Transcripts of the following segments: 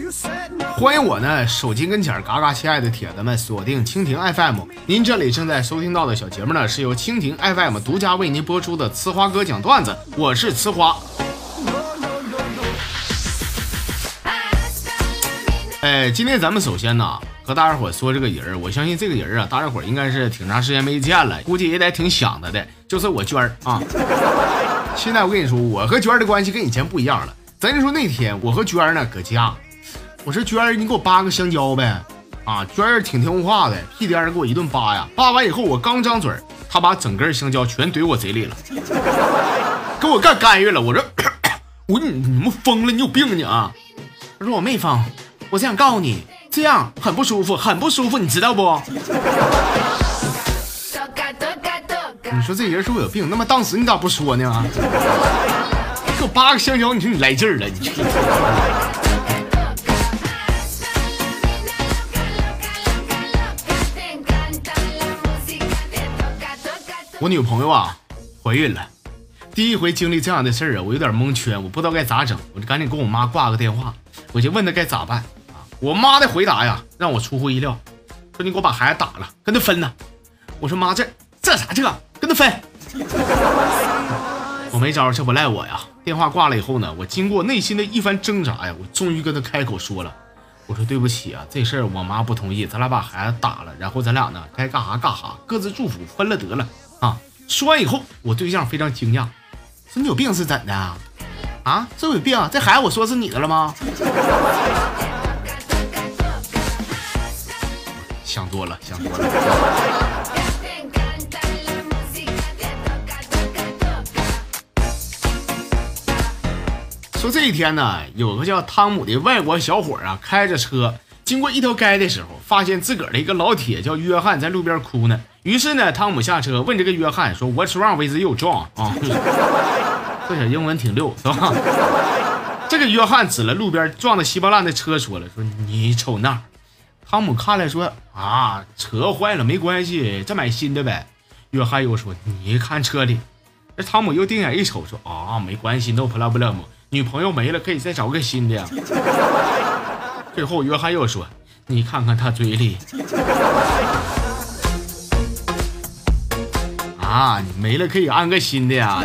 欢迎我呢手机跟前嘎嘎亲爱的铁子们锁定蜻蜓 FM， 您这里正在收听到的小节目呢是由蜻蜓 FM 独家为您播出的呲花哥讲段子，我是呲花。今天咱们首先呢和大家伙说这个人，我相信这个人啊，大家伙应该是挺长时间没见了，估计也得挺想他的，就是我娟儿啊。现在我跟你说，我和娟儿的关系跟以前不一样了。咱就说那天我和娟儿呢搁家，我说娟儿你给我扒个香蕉呗，啊，娟儿挺听话的，屁颠儿给我一顿扒呀，扒完以后我刚张嘴，她把整根香蕉全怼我嘴里了，给我干干预了。我说你们疯了，你有病你啊？她说我没疯，我想告诉你，这样很不舒服，很不舒服，你知道不？你说这人是不是有病？那么当时你咋不说呢？给我扒个香蕉，你说你来劲儿了，你。我女朋友啊怀孕了，第一回经历这样的事儿啊，我有点蒙圈，我不知道该咋整，我就赶紧跟我妈挂个电话，我就问她该咋办啊。我妈的回答呀让我出乎意料，说你给我把孩子打了，跟他分了。我说妈，这啥这跟他分。我没招，这不赖我呀。电话挂了以后呢，我经过内心的一番挣扎呀，我终于跟他开口说了，我说对不起啊，这事儿我妈不同意，咱俩把孩子打了，然后咱俩呢该干啥干啥，各自祝福，分了得了啊。说完以后，我对象非常惊讶，说你有病是怎的啊？啊，这有病？这孩子我说是你的了吗？想多了。说这一天呢，有个叫汤姆的外国小伙啊，开着车经过一条街的时候，发现自个儿的一个老铁叫约翰在路边哭呢。于是呢，汤姆下车问这个约翰说 What's wrong with you, John？ 啊，这小英文挺溜，是吧？这个约翰指了路边撞得稀巴烂的车说了，说你瞅那。汤姆看了说啊，车坏了没关系，再买新的呗。约翰又说你看车里。这汤姆又定眼一瞅说啊，没关系 ，no problem。女朋友没了，可以再找个新的呀。最后约翰又说：“你看看他嘴里，啊，你没了可以安个新的呀。”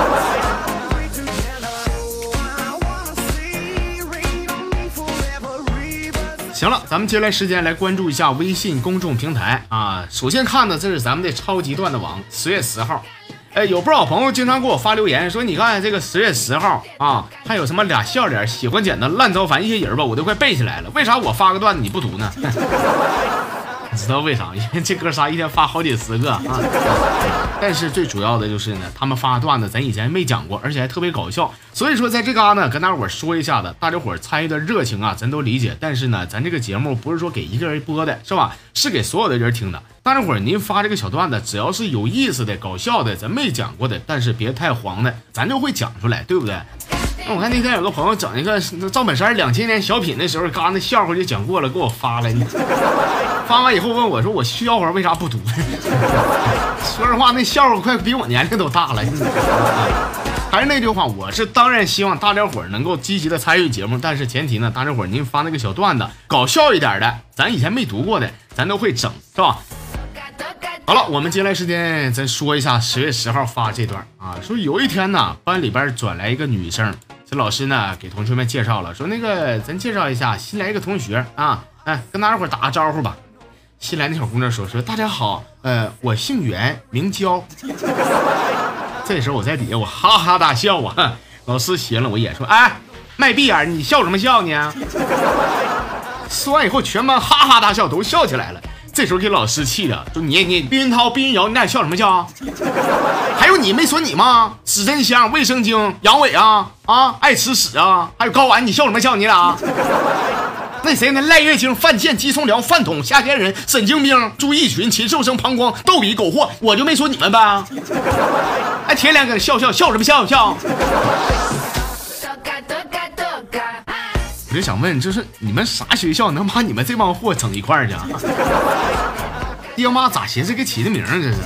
行了，咱们接下来时间来关注一下微信公众平台啊。首先看的这是咱们的超级段子网，10月10号。有不少朋友经常给我发留言说，你看这个10月10号啊，还有什么俩笑脸、喜欢剪的、烂糟烦一些人吧，我都快背起来了。为啥我发个段子你不读呢？你知道为啥？因为这哥仨一天发好几十个啊。但是最主要的就是呢，他们发段子咱以前没讲过，而且还特别搞笑。所以说在这嘎呢，跟大伙说一下子，大家伙参与的热情啊，咱都理解。但是呢，咱这个节目不是说给一个人播的，是吧？是给所有的人听的。大家伙您发这个小段子，只要是有意思的、搞笑的，咱没讲过的，但是别太黄的，咱就会讲出来，对不对？我看那天有个朋友整一个赵本山2000年小品的时候，刚那笑话就讲过了，给我发了。发完以后问我说：“我笑话为啥不读？”说实话，那笑话快比我年龄都大了。还是那句话，我是当然希望大家伙能够积极的参与节目，但是前提呢，大家伙您发那个小段子，搞笑一点的，咱以前没读过的，咱都会整，是吧？好了，我们接下来时间咱说一下10月10号发这段啊，说有一天呢，班里边转来一个女生，这老师呢给同学们介绍了，说那个咱介绍一下新来一个同学啊，跟大家伙打个招呼吧。新来那小姑娘说大家好，我姓袁，名娇。这时候我在底下我哈哈大笑啊，老师斜了我一眼说，哎，卖闭眼，你笑什么笑呢？说完以后全班哈哈大笑，都笑起来了。这时候给老师气的，说你避孕套、避孕药，你俩笑什么笑？还有你没说你吗？指针香、卫生巾、阳痿啊，爱吃屎啊，还有睾丸，你笑什么笑？你俩？那谁呢？赖月经、犯贱、鸡枞寮、饭桶、下贱人、神经病、朱义群、禽兽生、膀胱、逗比、苟货，我就没说你们吧？哎，铁两个笑什么笑？我就想问，就是你们啥学校能把你们这帮货整一块儿去？爹妈咋寻思给起的名儿？这是。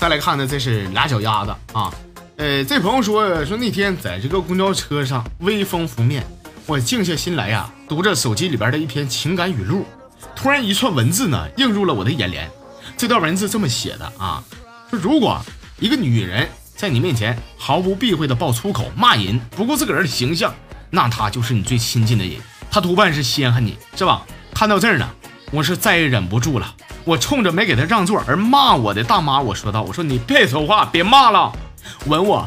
再来看呢，这是俩小鸭子啊。这朋友说那天在这个公交车上微风拂面，我静下心来呀，读着手机里边的一篇情感语录，突然一串文字呢映入了我的眼帘。这段文字这么写的啊，说如果一个女人在你面前毫不避讳的爆粗口骂人，不顾自个儿的形象，那她就是你最亲近的人，她多半是稀罕你，是吧？看到这儿呢，我是再也忍不住了，我冲着没给她让座而骂我的大妈我说道，我说你别说话，别骂了，吻我。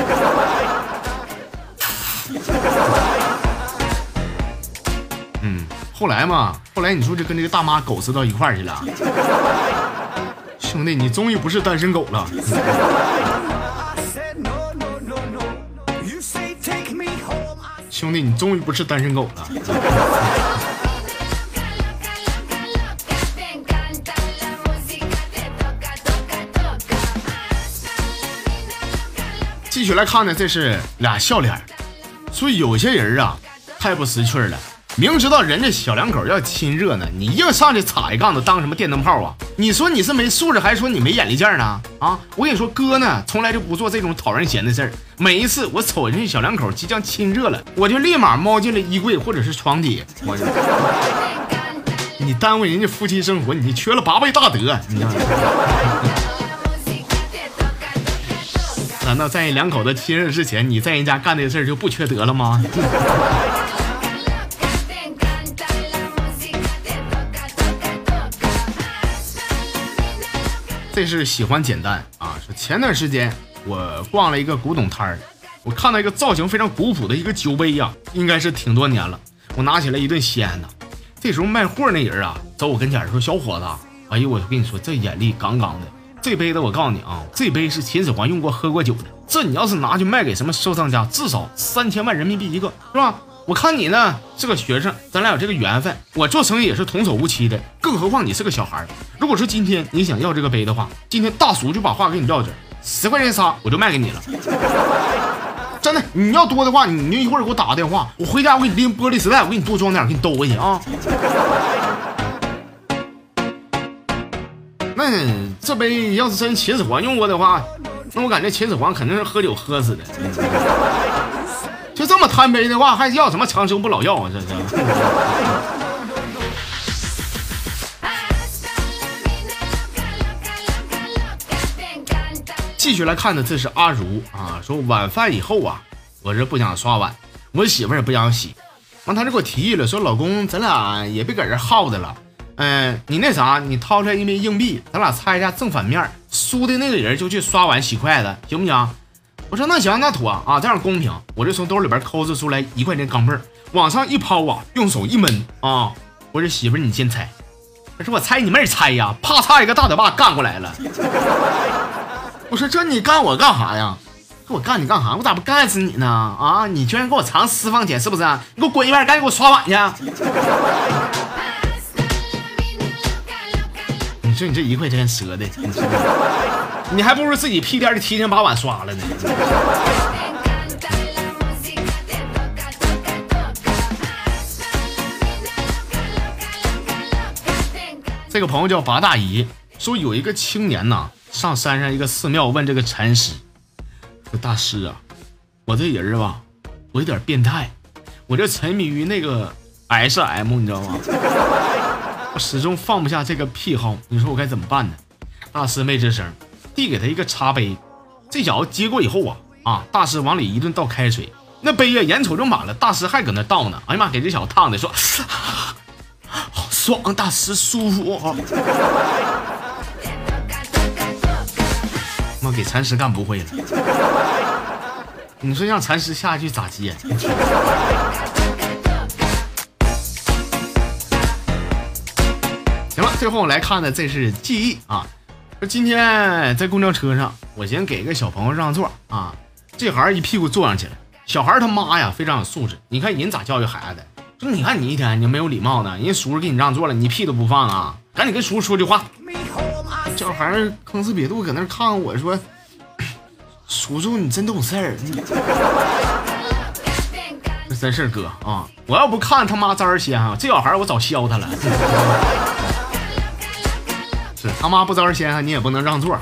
后来你说这跟这个大妈狗死到一块儿去了。兄弟，你终于不是单身狗了。兄弟，你终于不是单身狗了。继续来看呢，这是俩笑脸。所以有些人啊，太不识趣了。明知道人家小两口要亲热呢，你硬上去插一杠子当什么电灯泡啊？你说你是没素质，还是说你没眼力见呢？啊！我跟你说，哥呢从来就不做这种讨人嫌的事儿。每一次我瞅人家小两口即将亲热了，我就立马猫进了衣柜或者是床底。你耽误人家夫妻生活，你缺了8倍大德。你知道吗？难道在两口子亲热之前，你在人家干的事儿就不缺德了吗？这是喜欢简单啊！说前段时间我逛了一个古董摊儿，我看到一个造型非常古朴的一个酒杯呀，应该是挺多年了。我拿起来一顿稀罕的。这时候卖货那人啊，走我跟前说：“小伙子，哎呦，我跟你说，这眼力杠杠的。这杯子我告诉你啊，这杯是秦始皇用过喝过酒的。这你要是拿去卖给什么收藏家，至少3000万人民币一个，是吧？我看你呢是个学生，咱俩有这个缘分，我做生意也是童叟无欺的，更何况你是个小孩。如果说今天你想要这个杯的话，今天大叔就把话给你撂这，10块钱仨，我就卖给你了。真的，你要多的话，你就一会儿给我打个电话，我回家我给你拎玻璃丝带，我给你多装点，给你兜回去啊。那这杯要是真秦始皇用过的话，那我感觉秦始皇肯定是喝酒喝死的。就这么贪杯的话，还要什么长生不老药啊？这是。继续来看的，这是阿如啊，说晚饭以后啊，我是不想刷碗，我媳妇儿也不想洗，完他就给我提议了，说老公，咱俩也别搁这耗的了，你那啥，你掏出来一枚硬币，咱俩猜一下正反面，输的那个人就去刷碗洗筷子，行不行？我说那行，那妥啊，这样公平。我就从兜里边抠出来1块钱钢镚儿，往上一抛啊，用手一闷啊。我说媳妇儿你先猜。他说我猜你妹猜呀，啪嚓一个大嘴巴干过来了。我说这你干我干啥呀？我干你干啥？我咋不干死你呢？啊，你居然给我藏私房钱是不是啊？你给我滚一边，赶紧给我刷碗去。你说你这1块钱折的。你还不如自己屁颠的提前把碗刷了呢。这个朋友叫八大姨，说有一个青年呐，上山上一个寺庙问这个禅师，说大师啊，我这人吧，我有点变态，我这沉迷于那个 SM， 你知道吗？我始终放不下这个癖好，你说我该怎么办呢？大师没吱声。递给他一个茶杯，这小子接过以后啊，大师往里一顿倒开水，那杯呀眼瞅就满了，大师还搁那倒呢。哎呀妈，给这小子烫的说，好爽，大师舒服。妈给禅师干不会了，你说让禅师下去咋接？行了，最后我来看的这是记忆啊。说今天在公交车上，我先给个小朋友让座啊，这孩一屁股坐上去了。小孩他妈呀非常有素质，你看人咋教育孩子，说你看你一天你没有礼貌呢，人家叔叔给你让座了，你屁都不放啊，赶紧跟叔叔说句话。小孩吭哧瘪肚搁那看我说，叔叔你真懂事儿。这真是哥啊，我要不看他妈招儿先啊，这小孩我早削他了。 是他妈不招人稀罕，你也不能让座。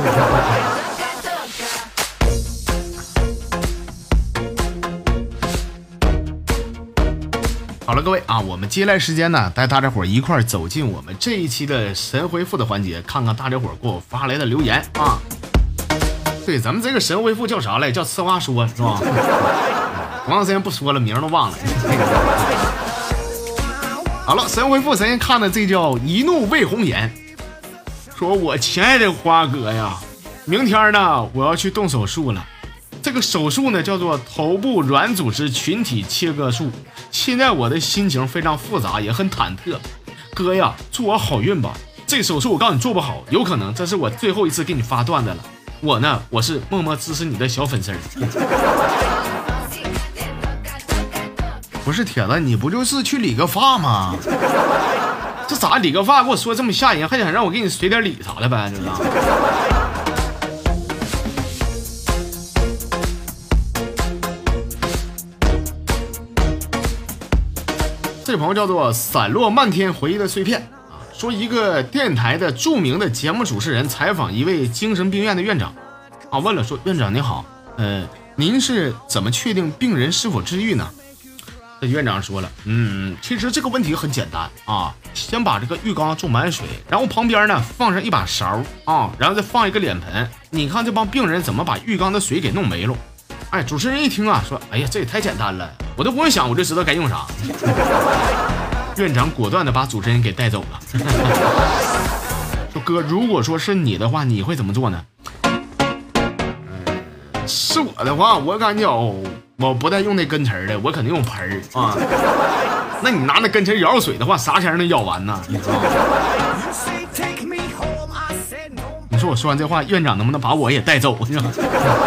好了，各位啊，我们接下来时间呢，带大家伙一块走进我们这一期的神回复的环节，看看大家伙给我发来的留言啊。对，咱们这个神回复叫啥来？叫此话说，是吧？多长时间不说了，名都忘了。好了，神回复咱先看的这叫一怒为红颜，说我亲爱的花哥呀，明天呢我要去动手术了。这个手术呢叫做头部软组织群体切割术，现在我的心情非常复杂，也很忐忑。哥呀，祝我好运吧！这手术我告诉你做不好，有可能这是我最后一次给你发段子了。我呢，我是默默支持你的小粉丝。不是铁子，你不就是去理个发吗？这咋理个发给我说这么吓人，还想让我给你随点礼啥的呗？这是。这朋友叫做散落漫天回忆的碎片啊，说一个电台的著名的节目主持人采访一位精神病院的院长啊，问了说：“院长你好，您是怎么确定病人是否治愈呢？”这院长说了：“其实这个问题很简单啊，先把这个浴缸注满水，然后旁边呢放上一把勺啊，然后再放一个脸盆，你看这帮病人怎么把浴缸的水给弄没了。”哎，主持人一听啊，说：“哎呀，这也太简单了，我都不用想，我就知道该用啥。”院长果断的把主持人给带走了。说哥，如果说是你的话，你会怎么做呢？是我的话，我感觉我不带用那跟词的，我肯定用盆儿啊。那你拿那跟词舀水的话，啥前能舀完呢？你知道吗？你说我说完这话，院长能不能把我也带走？你知道吗？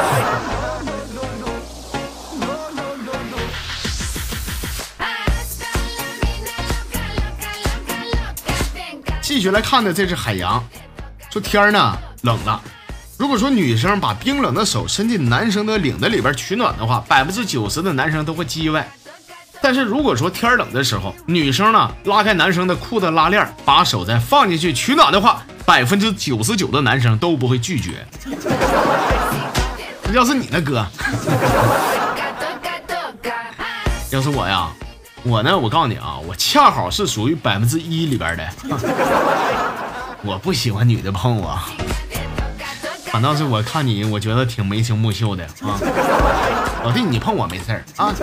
继续来看的这是海洋，说天呢冷了，如果说女生把冰冷的手伸进男生的领子里边取暖的话，90%的男生都会叽歪。但是如果说天冷的时候，女生呢拉开男生的裤子拉链，把手再放进去取暖的话，99%的男生都不会拒绝。要是你呢哥，要是我呀，我呢，我告诉你啊，我恰好是属于1%里边的。我不喜欢女的碰我，反倒是我看你，我觉得挺眉清目秀的啊。老弟，你碰我没事儿啊。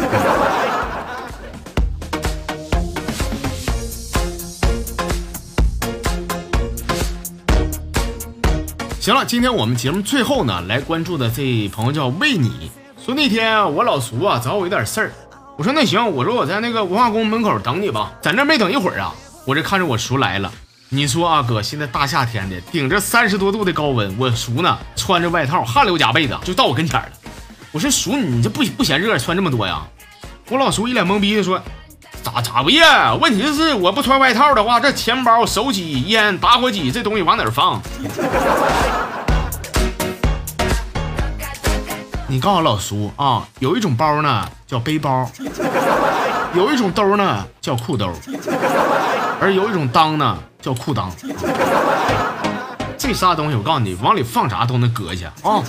行了，今天我们节目最后呢，来关注的这朋友叫为你，说那天我老叔啊找我有点事儿。我说那行，我说我在那个文化宫门口等你吧，在那没等一会儿啊，我这看着我叔来了。你说啊哥，现在大夏天的，顶着30多度的高温，我叔呢穿着外套汗流浃背的就到我跟前了。我说叔，你这不嫌热穿这么多呀？我老叔一脸懵逼的说，咋不热？问题是我不穿外套的话，这钱包、手机、烟、打火机这东西往哪儿放？你告诉老叔啊，有一种包呢叫背包，有一种兜呢叫裤兜，而有一种裆呢叫裤裆。这仨东西我告诉你，往里放啥都能搁下啊。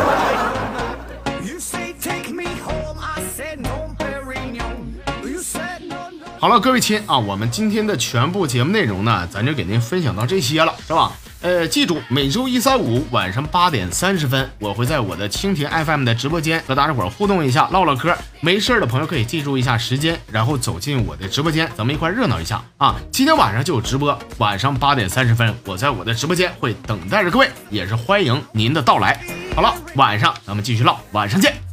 好了，各位亲啊，我们今天的全部节目内容呢，咱就给您分享到这些了，是吧？记住每周1、3、5晚上8点30分，我会在我的蜻蜓 FM 的直播间和大家伙互动一下，唠唠嗑。没事的朋友可以记住一下时间，然后走进我的直播间，咱们一块热闹一下啊！今天晚上就有直播，晚上8点30分，我在我的直播间会等待着各位，也是欢迎您的到来。好了，晚上咱们继续唠，晚上见。